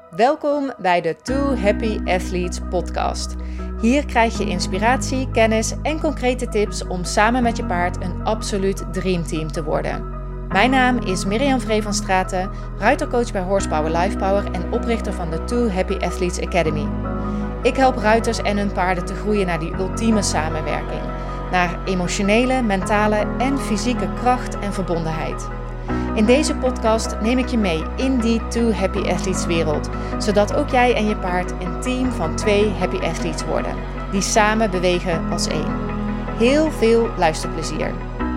Welkom bij de Two Happy Athletes podcast. Hier krijg je inspiratie, kennis en concrete tips om samen met je paard een absoluut dreamteam te worden. Mijn naam is Mirjam Vree van Straten, ruitercoach bij Horsepower Lifepower en oprichter van de Two Happy Athletes Academy. Ik help ruiters en hun paarden te groeien naar die ultieme samenwerking. Naar emotionele, mentale en fysieke kracht en verbondenheid. In deze podcast neem ik je mee in die Two Happy Athletes wereld, zodat ook jij en je paard een team van 2 Happy Athletes worden, die samen bewegen als één. Heel veel luisterplezier.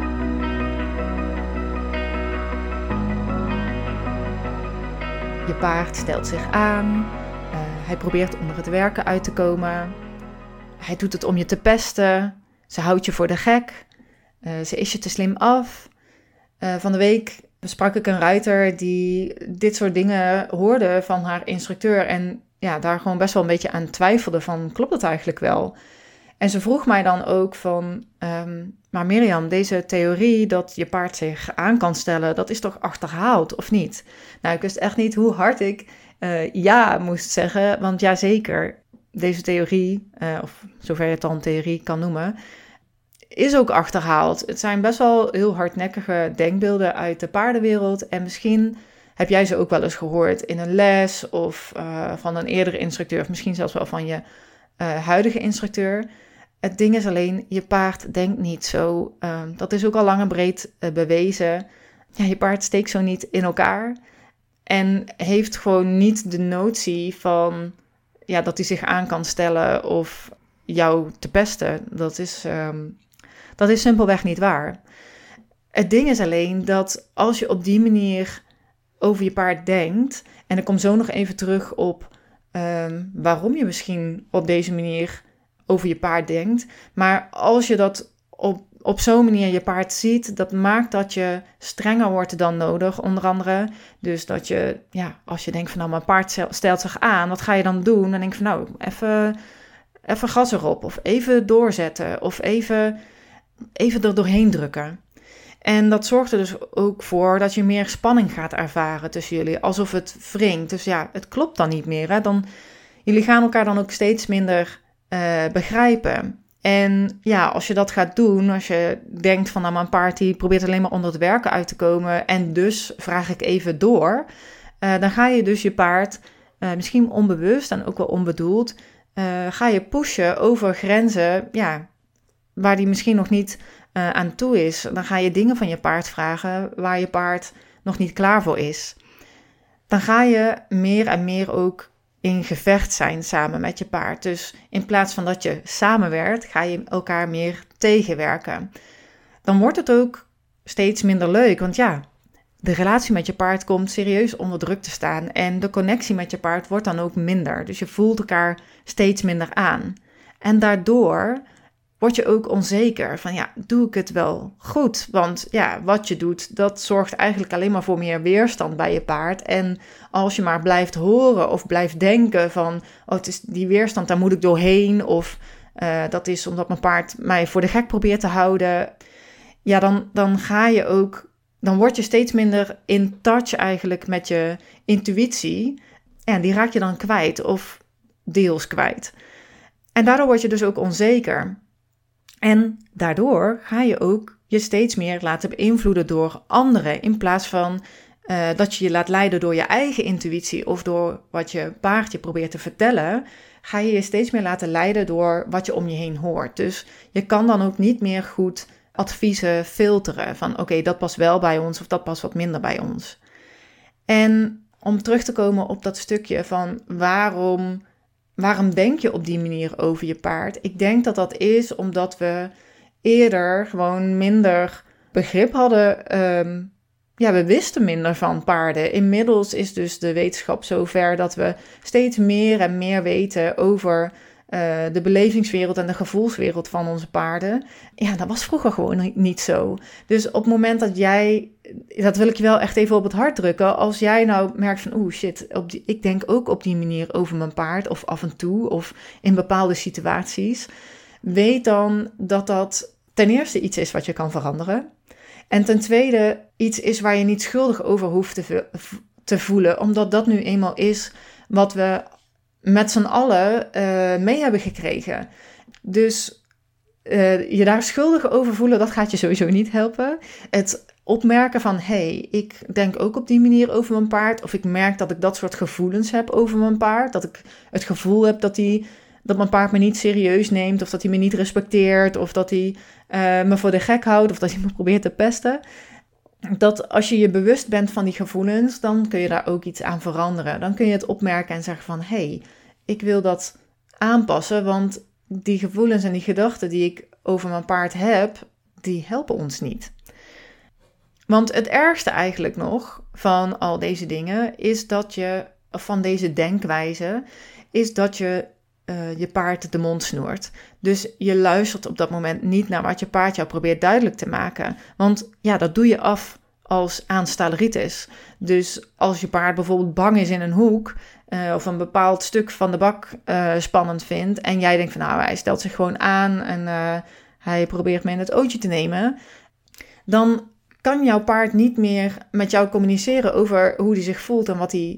Je paard stelt zich aan, hij probeert onder het werken uit te komen, hij doet het om je te pesten, ze houdt je voor de gek, ze is je te slim af. Van de week sprak ik een ruiter die dit soort dingen hoorde van haar instructeur en ja, daar gewoon best wel een beetje aan twijfelde van, klopt het eigenlijk wel? En ze vroeg mij dan ook van, maar Mirjam, deze theorie dat je paard zich aan kan stellen, dat is toch achterhaald of niet? Nou, ik wist echt niet hoe hard ik ja moest zeggen, want ja zeker, deze theorie, of zover je het dan theorie kan noemen, is ook achterhaald. Het zijn best wel heel hardnekkige denkbeelden uit de paardenwereld. En misschien heb jij ze ook wel eens gehoord in een les of van een eerdere instructeur. Of misschien zelfs wel van je huidige instructeur. Het ding is alleen, je paard denkt niet zo. Dat is ook al lang en breed bewezen. Ja, je paard steekt zo niet in elkaar. En heeft gewoon niet de notie van ja, dat hij zich aan kan stellen of jou te pesten. Dat is simpelweg niet waar. Het ding is alleen dat als je op die manier over je paard denkt, en ik kom zo nog even terug op waarom je misschien op deze manier over je paard denkt, maar als je dat op zo'n manier je paard ziet, dat maakt dat je strenger wordt dan nodig, onder andere. Dus dat je, ja, als je denkt van nou, mijn paard stelt zich aan, wat ga je dan doen? Dan denk je van nou, even gas erop, of even doorzetten, of even er doorheen drukken. En dat zorgt er dus ook voor dat je meer spanning gaat ervaren tussen jullie, alsof het wringt. Dus ja, het klopt dan niet meer. Hè? Jullie gaan elkaar dan ook steeds minder begrijpen. En ja, als je dat gaat doen, als je denkt van nou, mijn paard die probeert alleen maar onder het werken uit te komen en dus vraag ik even door, dan ga je dus je paard, misschien onbewust en ook wel onbedoeld, ga je pushen over grenzen, ja, waar die misschien nog niet aan toe is. Dan ga je dingen van je paard vragen waar je paard nog niet klaar voor is. Dan ga je meer en meer ook in gevecht zijn samen met je paard. Dus in plaats van dat je samenwerkt, ga je elkaar meer tegenwerken. Dan wordt het ook steeds minder leuk, want ja, de relatie met je paard komt serieus onder druk te staan en de connectie met je paard wordt dan ook minder. Dus je voelt elkaar steeds minder aan. En daardoor word je ook onzeker van ja, doe ik het wel goed? Want ja, wat je doet, dat zorgt eigenlijk alleen maar voor meer weerstand bij je paard. En als je maar blijft horen of blijft denken van oh, het is die weerstand, daar moet ik doorheen. Of dat is omdat mijn paard mij voor de gek probeert te houden. Ja, dan word je steeds minder in touch eigenlijk met je intuïtie. En die raak je dan kwijt of deels kwijt. En daardoor word je dus ook onzeker. En daardoor ga je ook je steeds meer laten beïnvloeden door anderen. In plaats van dat je je laat leiden door je eigen intuïtie of door wat je paard je probeert te vertellen, ga je je steeds meer laten leiden door wat je om je heen hoort. Dus je kan dan ook niet meer goed adviezen filteren van oké, dat past wel bij ons of dat past wat minder bij ons. En om terug te komen op dat stukje van waarom denk je op die manier over je paard? Ik denk dat dat is omdat we eerder gewoon minder begrip hadden. We wisten minder van paarden. Inmiddels is dus de wetenschap zover dat we steeds meer en meer weten over de belevingswereld en de gevoelswereld van onze paarden. Ja, dat was vroeger gewoon niet zo. Dus op het moment dat jij, dat wil ik je wel echt even op het hart drukken, als jij nou merkt van shit, ik denk ook op die manier over mijn paard, of af en toe, of in bepaalde situaties, weet dan dat dat ten eerste iets is wat je kan veranderen. En ten tweede iets is waar je niet schuldig over hoeft te voelen, omdat dat nu eenmaal is wat we met z'n allen mee hebben gekregen. Dus je daar schuldig over voelen, dat gaat je sowieso niet helpen. Het opmerken van, ik denk ook op die manier over mijn paard, of ik merk dat ik dat soort gevoelens heb over mijn paard, dat ik het gevoel heb dat mijn paard me niet serieus neemt, of dat hij me niet respecteert, of dat hij me voor de gek houdt, of dat hij me probeert te pesten. Dat als je je bewust bent van die gevoelens, dan kun je daar ook iets aan veranderen. Dan kun je het opmerken en zeggen van, ik wil dat aanpassen, want die gevoelens en die gedachten die ik over mijn paard heb, die helpen ons niet. Want het ergste eigenlijk nog van al deze dingen is dat van deze denkwijze, is dat je je paard de mond snoert. Dus je luistert op dat moment niet naar wat je paard jou probeert duidelijk te maken. Want dat doe je af als aanstaleritis. Dus als je paard bijvoorbeeld bang is in een hoek, of een bepaald stuk van de bak spannend vindt, en jij denkt van hij stelt zich gewoon aan en hij probeert me in het ootje te nemen, dan kan jouw paard niet meer met jou communiceren over hoe hij zich voelt en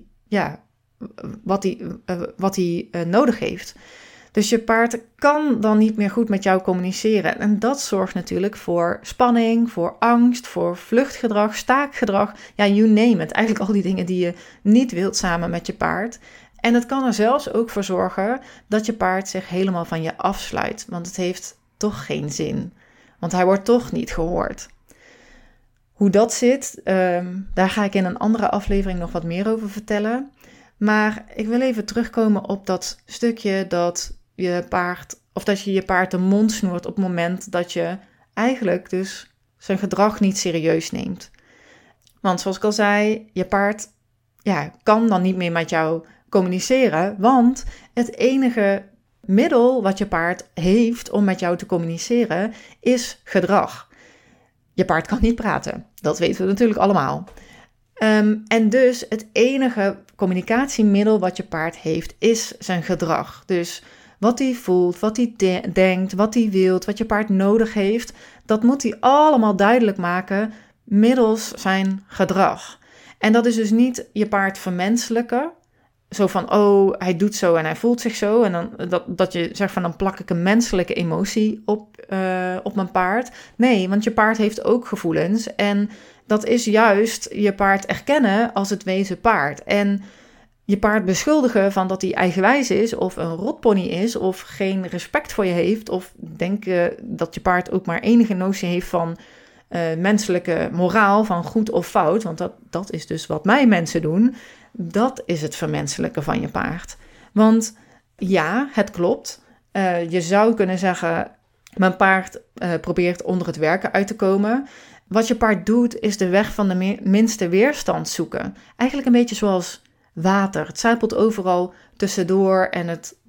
wat hij nodig heeft. Dus je paard kan dan niet meer goed met jou communiceren. En dat zorgt natuurlijk voor spanning, voor angst, voor vluchtgedrag, staakgedrag. Ja, you name it. Eigenlijk al die dingen die je niet wilt samen met je paard. En het kan er zelfs ook voor zorgen dat je paard zich helemaal van je afsluit. Want het heeft toch geen zin. Want hij wordt toch niet gehoord. Hoe dat zit, daar ga ik in een andere aflevering nog wat meer over vertellen. Maar ik wil even terugkomen op dat stukje dat je paard de mond snoert op het moment dat je eigenlijk dus zijn gedrag niet serieus neemt. Want zoals ik al zei, je paard kan dan niet meer met jou communiceren, want het enige middel wat je paard heeft om met jou te communiceren is gedrag. Je paard kan niet praten, dat weten we natuurlijk allemaal. En dus het enige communicatiemiddel wat je paard heeft is zijn gedrag. Dus wat hij voelt, wat hij denkt, wat hij wilt, wat je paard nodig heeft, dat moet hij allemaal duidelijk maken middels zijn gedrag. En dat is dus niet je paard vermenselijken. Zo van, hij doet zo en hij voelt zich zo. En dan dat je zegt van, dan plak ik een menselijke emotie op mijn paard. Nee, want je paard heeft ook gevoelens. En dat is juist je paard erkennen als het wezen paard. En je paard beschuldigen van dat hij eigenwijs is, of een rotpony is, of geen respect voor je heeft, of denken dat je paard ook maar enige notie heeft van menselijke moraal, van goed of fout, want dat is dus wat wij mensen doen. Dat is het vermenselijken van je paard. Want ja, het klopt. Je zou kunnen zeggen, mijn paard probeert onder het werken uit te komen. Wat je paard doet, is de weg van de minste weerstand zoeken. Eigenlijk een beetje zoals water. Het zijpelt overal tussendoor en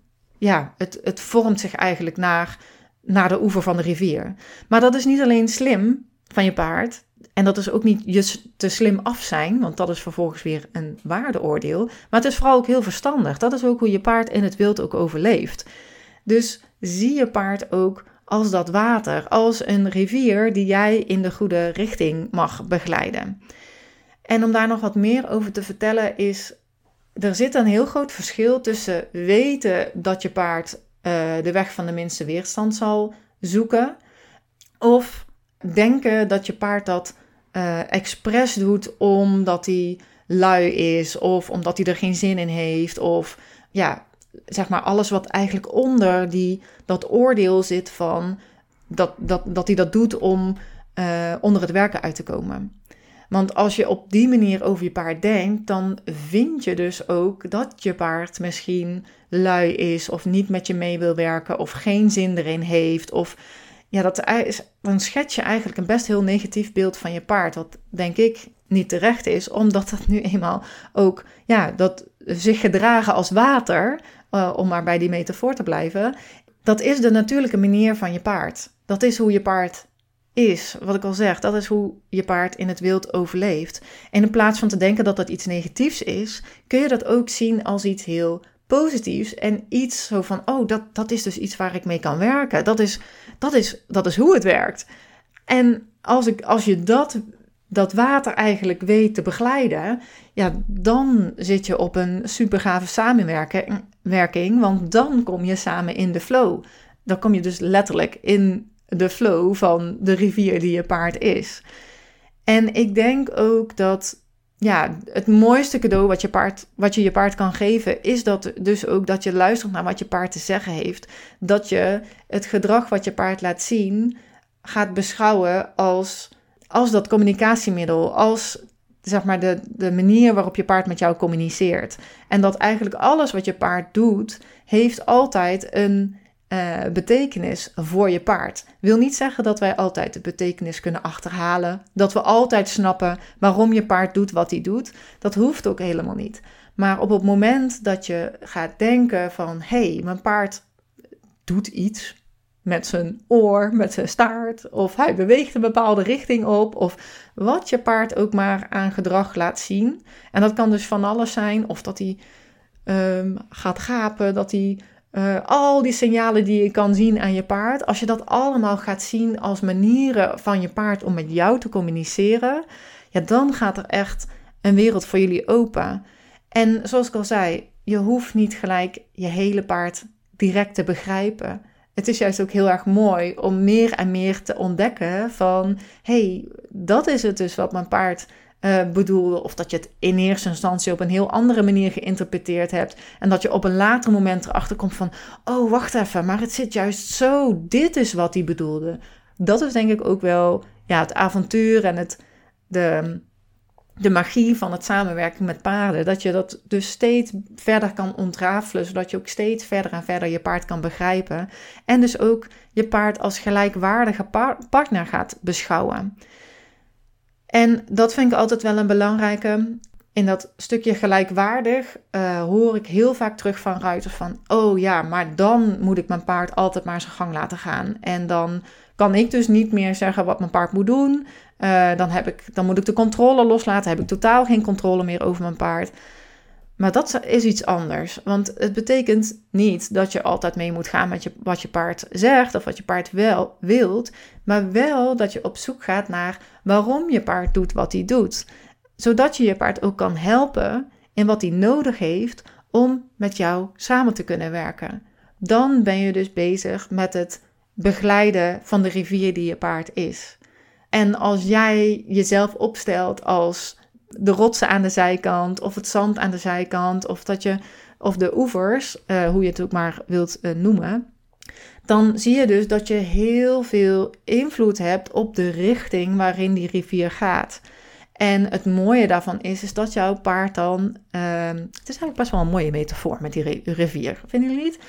het vormt zich eigenlijk naar de oever van de rivier. Maar dat is niet alleen slim van je paard. En dat is ook niet je te slim af zijn, want dat is vervolgens weer een waardeoordeel. Maar het is vooral ook heel verstandig. Dat is ook hoe je paard in het wild ook overleeft. Dus zie je paard ook als dat water, als een rivier die jij in de goede richting mag begeleiden. En om daar nog wat meer over te vertellen is, er zit een heel groot verschil tussen weten dat je paard de weg van de minste weerstand zal zoeken, of denken dat je paard dat expres doet omdat hij lui is, of omdat hij er geen zin in heeft, of zeg maar alles wat eigenlijk onder dat oordeel zit van dat hij dat doet om onder het werken uit te komen. Want als je op die manier over je paard denkt, dan vind je dus ook dat je paard misschien lui is, of niet met je mee wil werken, of geen zin erin heeft, of dan schets je eigenlijk een best heel negatief beeld van je paard, wat denk ik niet terecht is, omdat dat nu eenmaal ook, dat zich gedragen als water, om maar bij die metafoor te blijven, dat is de natuurlijke manier van je paard. Dat is hoe je paard is, wat ik al zeg, dat is hoe je paard in het wild overleeft. En in plaats van te denken dat dat iets negatiefs is, kun je dat ook zien als iets heel positiefs en iets zo van, dat is dus iets waar ik mee kan werken. Dat is hoe het werkt. En als je dat dat water eigenlijk weet te begeleiden, ja, dan zit je op een super gave samenwerking, want dan kom je samen in de flow. Dan kom je dus letterlijk in de flow van de rivier die je paard is. En ik denk ook dat het mooiste cadeau wat je paard kan geven, is dus ook dat je luistert naar wat je paard te zeggen heeft. Dat je het gedrag wat je paard laat zien gaat beschouwen als dat communicatiemiddel, als zeg maar de manier waarop je paard met jou communiceert. En dat eigenlijk alles wat je paard doet, heeft altijd een betekenis voor je paard. Wil niet zeggen dat wij altijd de betekenis kunnen achterhalen, dat we altijd snappen waarom je paard doet wat hij doet. Dat hoeft ook helemaal niet. Maar op het moment dat je gaat denken van, hé, mijn paard doet iets met zijn oor, met zijn staart, of hij beweegt een bepaalde richting op, of wat je paard ook maar aan gedrag laat zien. En dat kan dus van alles zijn, of dat hij gaat gapen, dat hij al die signalen die je kan zien aan je paard, als je dat allemaal gaat zien als manieren van je paard om met jou te communiceren, ja, dan gaat er echt een wereld voor jullie open. En zoals ik al zei, je hoeft niet gelijk je hele paard direct te begrijpen. Het is juist ook heel erg mooi om meer en meer te ontdekken van, hé, dat is het dus wat mijn paard bedoelde, of dat je het in eerste instantie op een heel andere manier geïnterpreteerd hebt en dat je op een later moment erachter komt van, oh, wacht even, maar het zit juist zo, dit is wat hij bedoelde. Dat is denk ik ook wel het avontuur en de magie van het samenwerken met paarden, dat je dat dus steeds verder kan ontrafelen, zodat je ook steeds verder en verder je paard kan begrijpen en dus ook je paard als gelijkwaardige partner gaat beschouwen. En dat vind ik altijd wel een belangrijke. In dat stukje gelijkwaardig hoor ik heel vaak terug van ruiters van, oh ja, maar dan moet ik mijn paard altijd maar zijn gang laten gaan. En dan kan ik dus niet meer zeggen wat mijn paard moet doen. Dan moet ik de controle loslaten, heb ik totaal geen controle meer over mijn paard. Maar dat is iets anders, want het betekent niet dat je altijd mee moet gaan met wat je paard zegt of wat je paard wel wilt, maar wel dat je op zoek gaat naar waarom je paard doet wat hij doet. Zodat je je paard ook kan helpen in wat hij nodig heeft om met jou samen te kunnen werken. Dan ben je dus bezig met het begeleiden van de rivier die je paard is. En als jij jezelf opstelt als de rotsen aan de zijkant of het zand aan de zijkant of de oevers, hoe je het ook maar wilt noemen, dan zie je dus dat je heel veel invloed hebt op de richting waarin die rivier gaat. En het mooie daarvan is dat jouw paard dan, het is eigenlijk best wel een mooie metafoor met die rivier, vinden jullie niet?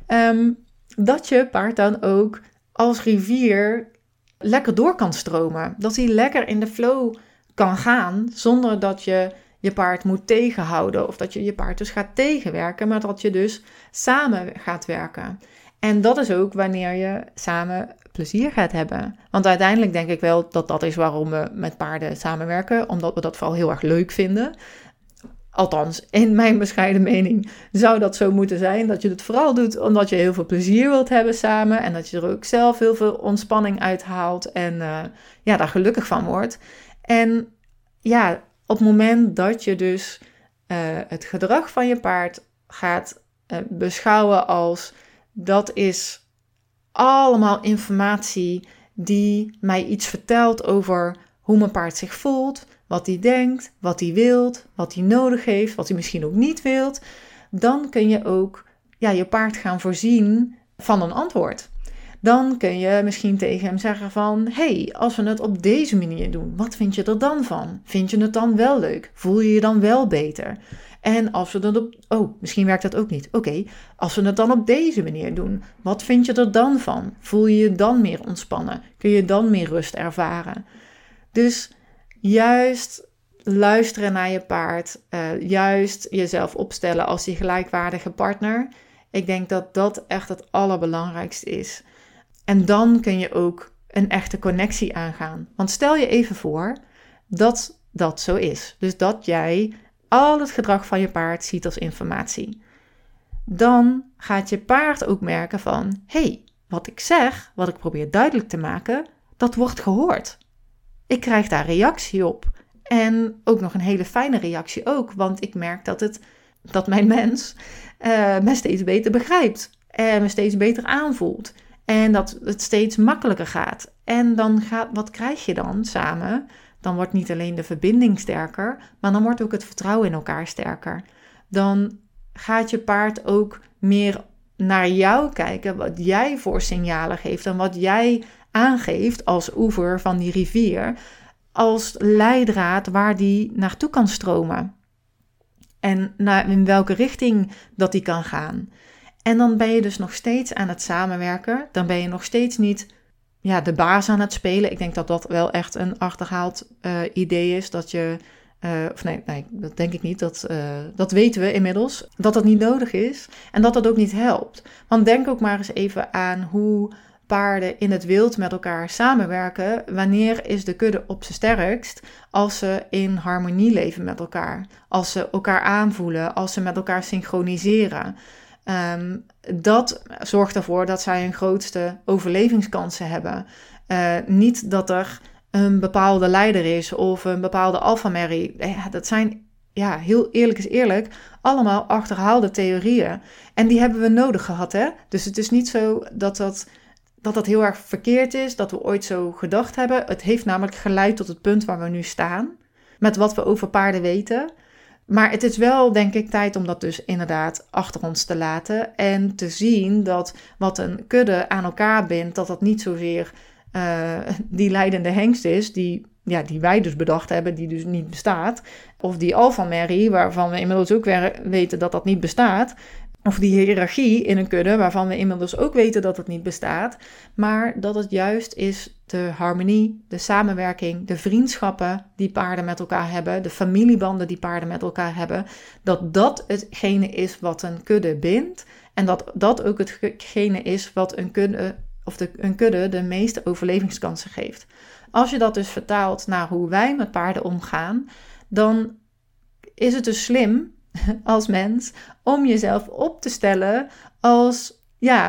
Dat je paard dan ook als rivier lekker door kan stromen, dat hij lekker in de flow kan gaan, zonder dat je je paard moet tegenhouden of dat je je paard dus gaat tegenwerken, maar dat je dus samen gaat werken. En dat is ook wanneer je samen plezier gaat hebben. Want uiteindelijk denk ik wel dat dat is waarom we met paarden samenwerken, omdat we dat vooral heel erg leuk vinden. Althans, in mijn bescheiden mening zou dat zo moeten zijn, dat je het vooral doet omdat je heel veel plezier wilt hebben samen en dat je er ook zelf heel veel ontspanning uit haalt en daar gelukkig van wordt. En ja, op het moment dat je dus het gedrag van je paard gaat beschouwen als dat is allemaal informatie die mij iets vertelt over hoe mijn paard zich voelt, wat hij denkt, wat hij wilt, wat hij nodig heeft, wat hij misschien ook niet wilt, dan kun je ook je paard gaan voorzien van een antwoord. Dan kun je misschien tegen hem zeggen van, hey, als we het op deze manier doen, wat vind je er dan van? Vind je het dan wel leuk? Voel je je dan wel beter? En als we dat misschien werkt dat ook niet. Oké, als we het dan op deze manier doen, wat vind je er dan van? Voel je je dan meer ontspannen? Kun je dan meer rust ervaren? Dus juist luisteren naar je paard, juist jezelf opstellen als die gelijkwaardige partner. Ik denk dat dat echt het allerbelangrijkste is. En dan kun je ook een echte connectie aangaan. Want stel je even voor dat dat zo is. Dus dat jij al het gedrag van je paard ziet als informatie. Dan gaat je paard ook merken van, hey, wat ik zeg, wat ik probeer duidelijk te maken, dat wordt gehoord. ik krijg daar reactie op. En ook nog een hele fijne reactie ook, want ik merk dat mijn mens me steeds beter begrijpt. En me steeds beter aanvoelt. En dat het steeds makkelijker gaat. En wat krijg je dan samen? Dan wordt niet alleen de verbinding sterker, maar dan wordt ook het vertrouwen in elkaar sterker. Dan gaat je paard ook meer naar jou kijken, wat jij voor signalen geeft en wat jij aangeeft als oever van die rivier, als leidraad waar die naartoe kan stromen. En in welke richting dat die kan gaan. En dan ben je dus nog steeds aan het samenwerken. Dan ben je nog steeds niet de baas aan het spelen. Ik denk dat dat wel echt een achterhaald idee is. Dat je, nee, dat denk ik niet. Dat weten we inmiddels. Dat dat niet nodig is. En dat dat ook niet helpt. Want denk ook maar eens even aan hoe paarden in het wild met elkaar samenwerken. Wanneer is de kudde op zijn sterkst? Als ze in harmonie leven met elkaar. Als ze elkaar aanvoelen. Als ze met elkaar synchroniseren. Dat zorgt ervoor dat zij hun grootste overlevingskansen hebben. Niet dat er een bepaalde leider is of een bepaalde alfamerrie. Dat zijn, heel eerlijk is eerlijk, allemaal achterhaalde theorieën. En die hebben we nodig gehad, hè? Dus het is niet zo dat heel erg verkeerd is, dat we ooit zo gedacht hebben. Het heeft namelijk geleid tot het punt waar we nu staan, met wat we over paarden weten. Maar het is wel, denk ik, tijd om dat dus inderdaad achter ons te laten. En te zien dat wat een kudde aan elkaar bindt, dat dat niet zozeer die leidende hengst is, die wij dus bedacht hebben, die dus niet bestaat. Of die alfamerrie, waarvan we inmiddels ook weten dat dat niet bestaat. Of die hiërarchie in een kudde, waarvan we inmiddels ook weten dat het niet bestaat. Maar dat het juist is de harmonie, de samenwerking, de vriendschappen die paarden met elkaar hebben. De familiebanden die paarden met elkaar hebben. Dat hetgene is wat een kudde bindt. En dat ook hetgene is wat een kudde de meeste overlevingskansen geeft. Als je dat dus vertaalt naar hoe wij met paarden omgaan, dan is het dus slim als mens om jezelf op te stellen als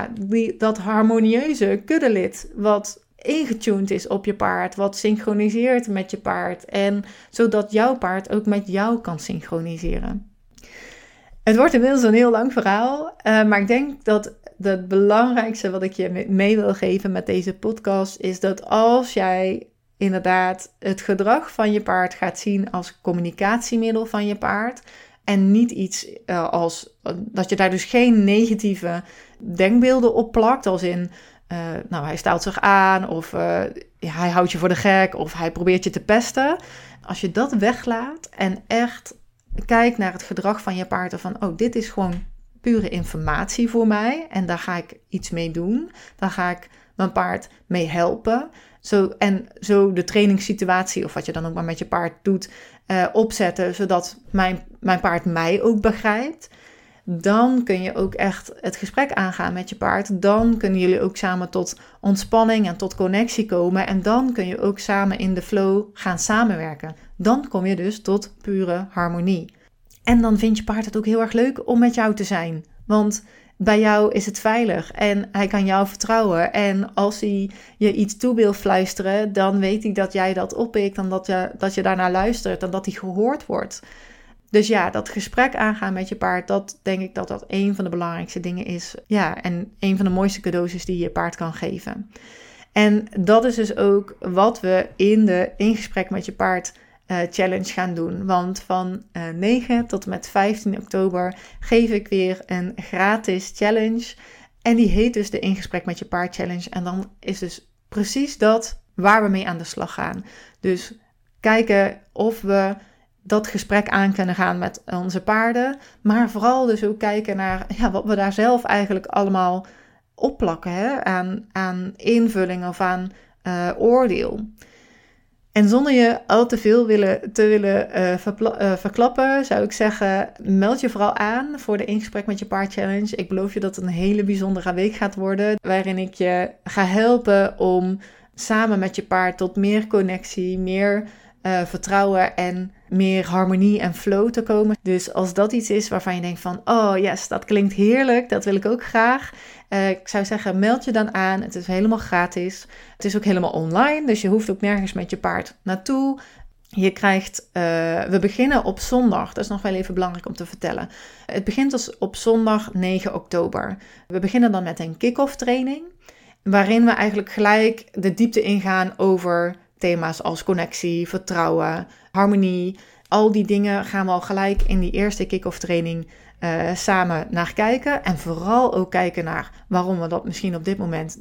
dat harmonieuze kuddelid wat ingetuned is op je paard, wat synchroniseert met je paard en zodat jouw paard ook met jou kan synchroniseren. Het wordt inmiddels een heel lang verhaal, maar ik denk dat het belangrijkste wat ik je mee wil geven met deze podcast is dat als jij inderdaad het gedrag van je paard gaat zien als communicatiemiddel van je paard en niet iets als dat je daar dus geen negatieve denkbeelden op plakt, als in hij stelt zich aan of hij houdt je voor de gek of hij probeert je te pesten. Als je dat weglaat en echt kijkt naar het gedrag van je paard en van dit is gewoon pure informatie voor mij en daar ga ik iets mee doen. Daar ga ik mijn paard mee helpen. Zo de trainingssituatie of wat je dan ook maar met je paard doet opzetten, zodat mijn paard mij ook begrijpt. Dan kun je ook echt het gesprek aangaan met je paard. Dan kunnen jullie ook samen tot ontspanning en tot connectie komen. En dan kun je ook samen in de flow gaan samenwerken. Dan kom je dus tot pure harmonie. En dan vindt je paard het ook heel erg leuk om met jou te zijn. Want bij jou is het veilig en hij kan jou vertrouwen. En als hij je iets toe wil fluisteren, dan weet hij dat jij dat oppikt en dat je daarnaar luistert en dat hij gehoord wordt. Dus dat gesprek aangaan met je paard, dat denk ik dat een van de belangrijkste dingen is. Ja, en een van de mooiste cadeaus is die je paard kan geven. En dat is dus ook wat we in de In Gesprek met je paard challenge gaan doen. Want van 9 tot en met 15 oktober geef ik weer een gratis challenge. En die heet dus de In Gesprek met je paard challenge. En dan is dus precies dat waar we mee aan de slag gaan. Dus kijken of we dat gesprek aan kunnen gaan met onze paarden. Maar vooral dus ook kijken naar wat we daar zelf eigenlijk allemaal opplakken. Aan invulling of aan oordeel. En zonder je al te veel te willen verklappen, zou ik zeggen, meld je vooral aan voor de In Gesprek met je paard challenge. Ik beloof je dat het een hele bijzondere week gaat worden, waarin ik je ga helpen om samen met je paard tot meer connectie, meer vertrouwen en meer harmonie en flow te komen. Dus als dat iets is waarvan je denkt van, oh yes, dat klinkt heerlijk, dat wil ik ook graag. Ik zou zeggen, meld je dan aan. Het is helemaal gratis. Het is ook helemaal online, dus je hoeft ook nergens met je paard naartoe. Je krijgt, we beginnen op zondag, dat is nog wel even belangrijk om te vertellen. Het begint dus op zondag 9 oktober. We beginnen dan met een kick-off training, waarin we eigenlijk gelijk de diepte ingaan over thema's als connectie, vertrouwen, harmonie. Al die dingen gaan we al gelijk in die eerste kick-off training samen naar kijken. En vooral ook kijken naar waarom we dat misschien op dit moment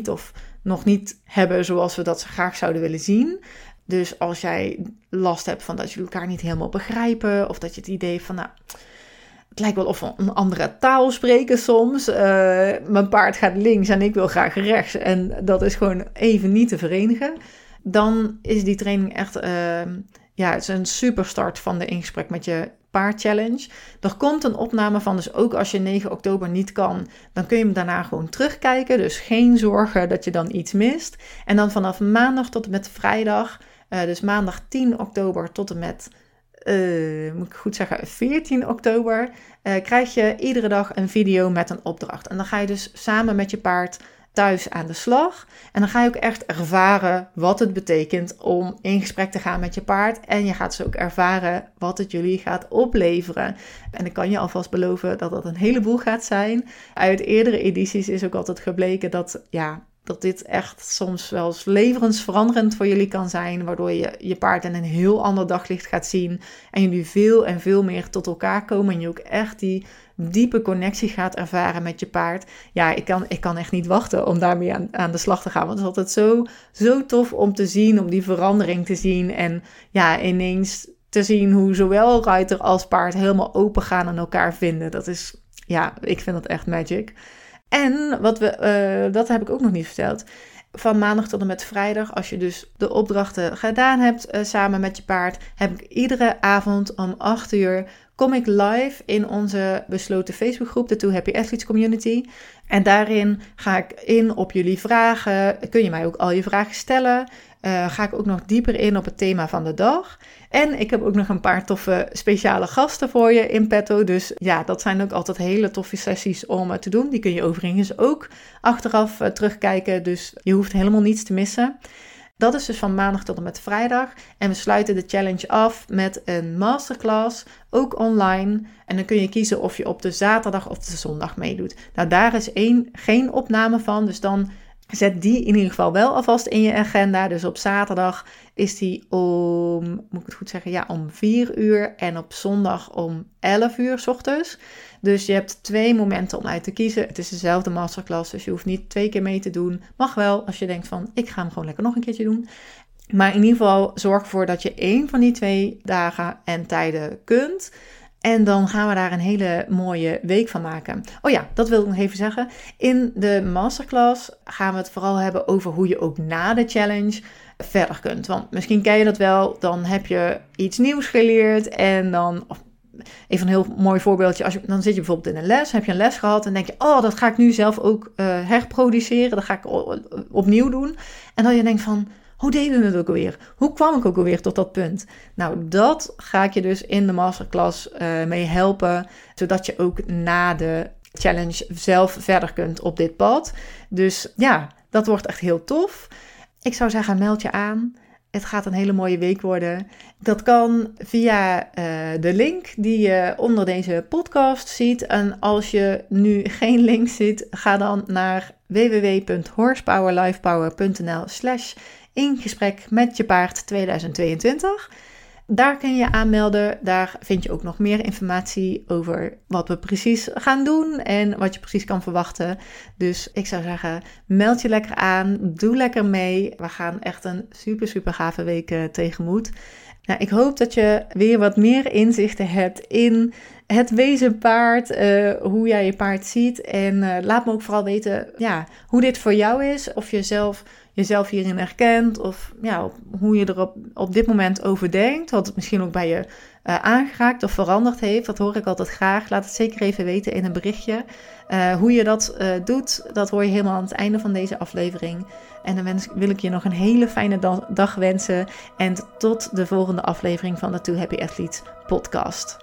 nog niet hebben zoals we dat graag zouden willen zien. Dus als jij last hebt van dat jullie elkaar niet helemaal begrijpen, of dat je het idee hebt van, nou, het lijkt wel of we een andere taal spreken soms. Mijn paard gaat links en ik wil graag rechts en dat is gewoon even niet te verenigen. Dan is die training echt, het is een superstart van de In Gesprek met je Paard Challenge. Er komt een opname van, dus ook als je 9 oktober niet kan, dan kun je hem daarna gewoon terugkijken. Dus geen zorgen dat je dan iets mist. En dan vanaf maandag tot en met vrijdag, dus maandag 10 oktober tot en met, moet ik goed zeggen, 14 oktober, krijg je iedere dag een video met een opdracht. En dan ga je dus samen met je paard thuis aan de slag. En dan ga je ook echt ervaren wat het betekent om in gesprek te gaan met je paard. En je gaat dus ook ervaren wat het jullie gaat opleveren. En ik kan je alvast beloven dat dat een heleboel gaat zijn. Uit eerdere edities is ook altijd gebleken dat dit echt soms wel eens levensveranderend voor jullie kan zijn. Waardoor je je paard in een heel ander daglicht gaat zien. En jullie veel en veel meer tot elkaar komen. En je ook echt die diepe connectie gaat ervaren met je paard. Ja, ik kan echt niet wachten om daarmee aan de slag te gaan. Want het is altijd zo tof om te zien, om die verandering te zien. En ja, ineens te zien hoe zowel ruiter als paard helemaal open gaan en elkaar vinden. Dat is, ik vind dat echt magic. En dat heb ik ook nog niet verteld. Van maandag tot en met vrijdag, als je dus de opdrachten gedaan hebt samen met je paard, heb ik iedere avond om 8 uur, kom ik live in onze besloten Facebookgroep, de Too Happy Athletes Community. En daarin ga ik in op jullie vragen. Kun je mij ook al je vragen stellen. Ga ik ook nog dieper in op het thema van de dag. En ik heb ook nog een paar toffe speciale gasten voor je in petto. Dus ja, dat zijn ook altijd hele toffe sessies om te doen. Die kun je overigens ook achteraf terugkijken. Dus je hoeft helemaal niets te missen. Dat is dus van maandag tot en met vrijdag. En we sluiten de challenge af met een masterclass, ook online. En dan kun je kiezen of je op de zaterdag of de zondag meedoet. Nou, daar is geen opname van, dus dan zet die in ieder geval wel alvast in je agenda. Dus op zaterdag is die om, moet ik het goed zeggen, om 4 uur en op zondag om 11 uur 's ochtends. Dus je hebt 2 momenten om uit te kiezen. Het is dezelfde masterclass, dus je hoeft niet 2 keer mee te doen. Mag wel als je denkt van, ik ga hem gewoon lekker nog een keertje doen. Maar in ieder geval zorg ervoor dat je 1 van die 2 dagen en tijden kunt. En dan gaan we daar een hele mooie week van maken. Oh ja, dat wil ik nog even zeggen. In de masterclass gaan we het vooral hebben over hoe je ook na de challenge verder kunt. Want misschien ken je dat wel, dan heb je iets nieuws geleerd en dan, even een heel mooi voorbeeldje, dan zit je bijvoorbeeld in een les, heb je een les gehad en denk je, oh, dat ga ik nu zelf ook herproduceren, dat ga ik opnieuw doen. En dan je denkt van, hoe deden we het ook alweer? Hoe kwam ik ook alweer tot dat punt? Nou, dat ga ik je dus in de masterclass mee helpen, zodat je ook na de challenge zelf verder kunt op dit pad. Dus ja, dat wordt echt heel tof. Ik zou zeggen, meld je aan. Het gaat een hele mooie week worden. Dat kan via de link die je onder deze podcast ziet. En als je nu geen link ziet, ga dan naar www.horsepowerlifepower.nl/ingesprek met je paard 2022. Daar kun je je aanmelden. Daar vind je ook nog meer informatie over wat we precies gaan doen en wat je precies kan verwachten. Dus ik zou zeggen, meld je lekker aan. Doe lekker mee. We gaan echt een super gave week tegemoet. Nou, ik hoop dat je weer wat meer inzichten hebt in het wezen paard, hoe jij je paard ziet. En laat me ook vooral weten hoe dit voor jou is. Of je zelf jezelf hierin herkent of hoe je er op dit moment over denkt. Wat het misschien ook bij je aangeraakt of veranderd heeft. Dat hoor ik altijd graag. Laat het zeker even weten in een berichtje. Hoe je dat doet, dat hoor je helemaal aan het einde van deze aflevering. En dan wil ik je nog een hele fijne dag wensen. En tot de volgende aflevering van de Two Happy Athletes podcast.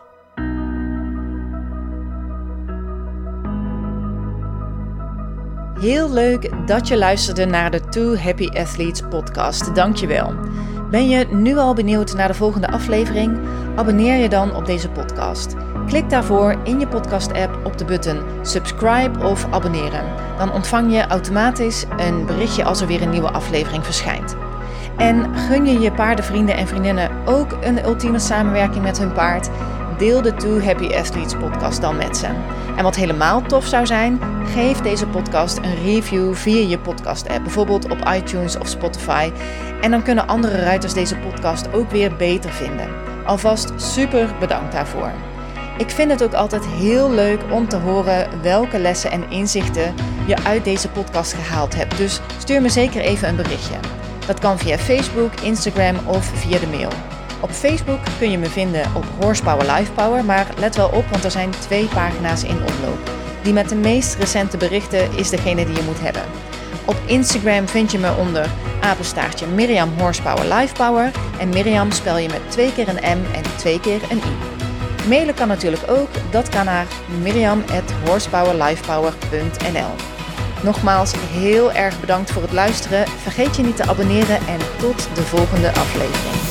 Heel leuk dat je luisterde naar de Two Happy Athletes podcast. Dankjewel. Ben je nu al benieuwd naar de volgende aflevering? Abonneer je dan op deze podcast. Klik daarvoor in je podcast-app op de button subscribe of abonneren. Dan ontvang je automatisch een berichtje als er weer een nieuwe aflevering verschijnt. En gun je je paardenvrienden en vriendinnen ook een ultieme samenwerking met hun paard? Deel de Two Happy Athletes podcast dan met ze. En wat helemaal tof zou zijn, geef deze podcast een review via je podcast-app, bijvoorbeeld op iTunes of Spotify. En dan kunnen andere ruiters deze podcast ook weer beter vinden. Alvast super bedankt daarvoor. Ik vind het ook altijd heel leuk om te horen welke lessen en inzichten je uit deze podcast gehaald hebt. Dus stuur me zeker even een berichtje. Dat kan via Facebook, Instagram of via de mail. Op Facebook kun je me vinden op Horsepower Lifepower, maar let wel op, want er zijn 2 pagina's in omloop. Die met de meest recente berichten is degene die je moet hebben. Op Instagram vind je me onder _ Miriam Horsepower Lifepower en Miriam spel je met 2 keer een M en 2 keer een I. Mailen kan natuurlijk ook, dat kan naar miriam@horsepowerlifepower.nl. Nogmaals heel erg bedankt voor het luisteren, vergeet je niet te abonneren en tot de volgende aflevering.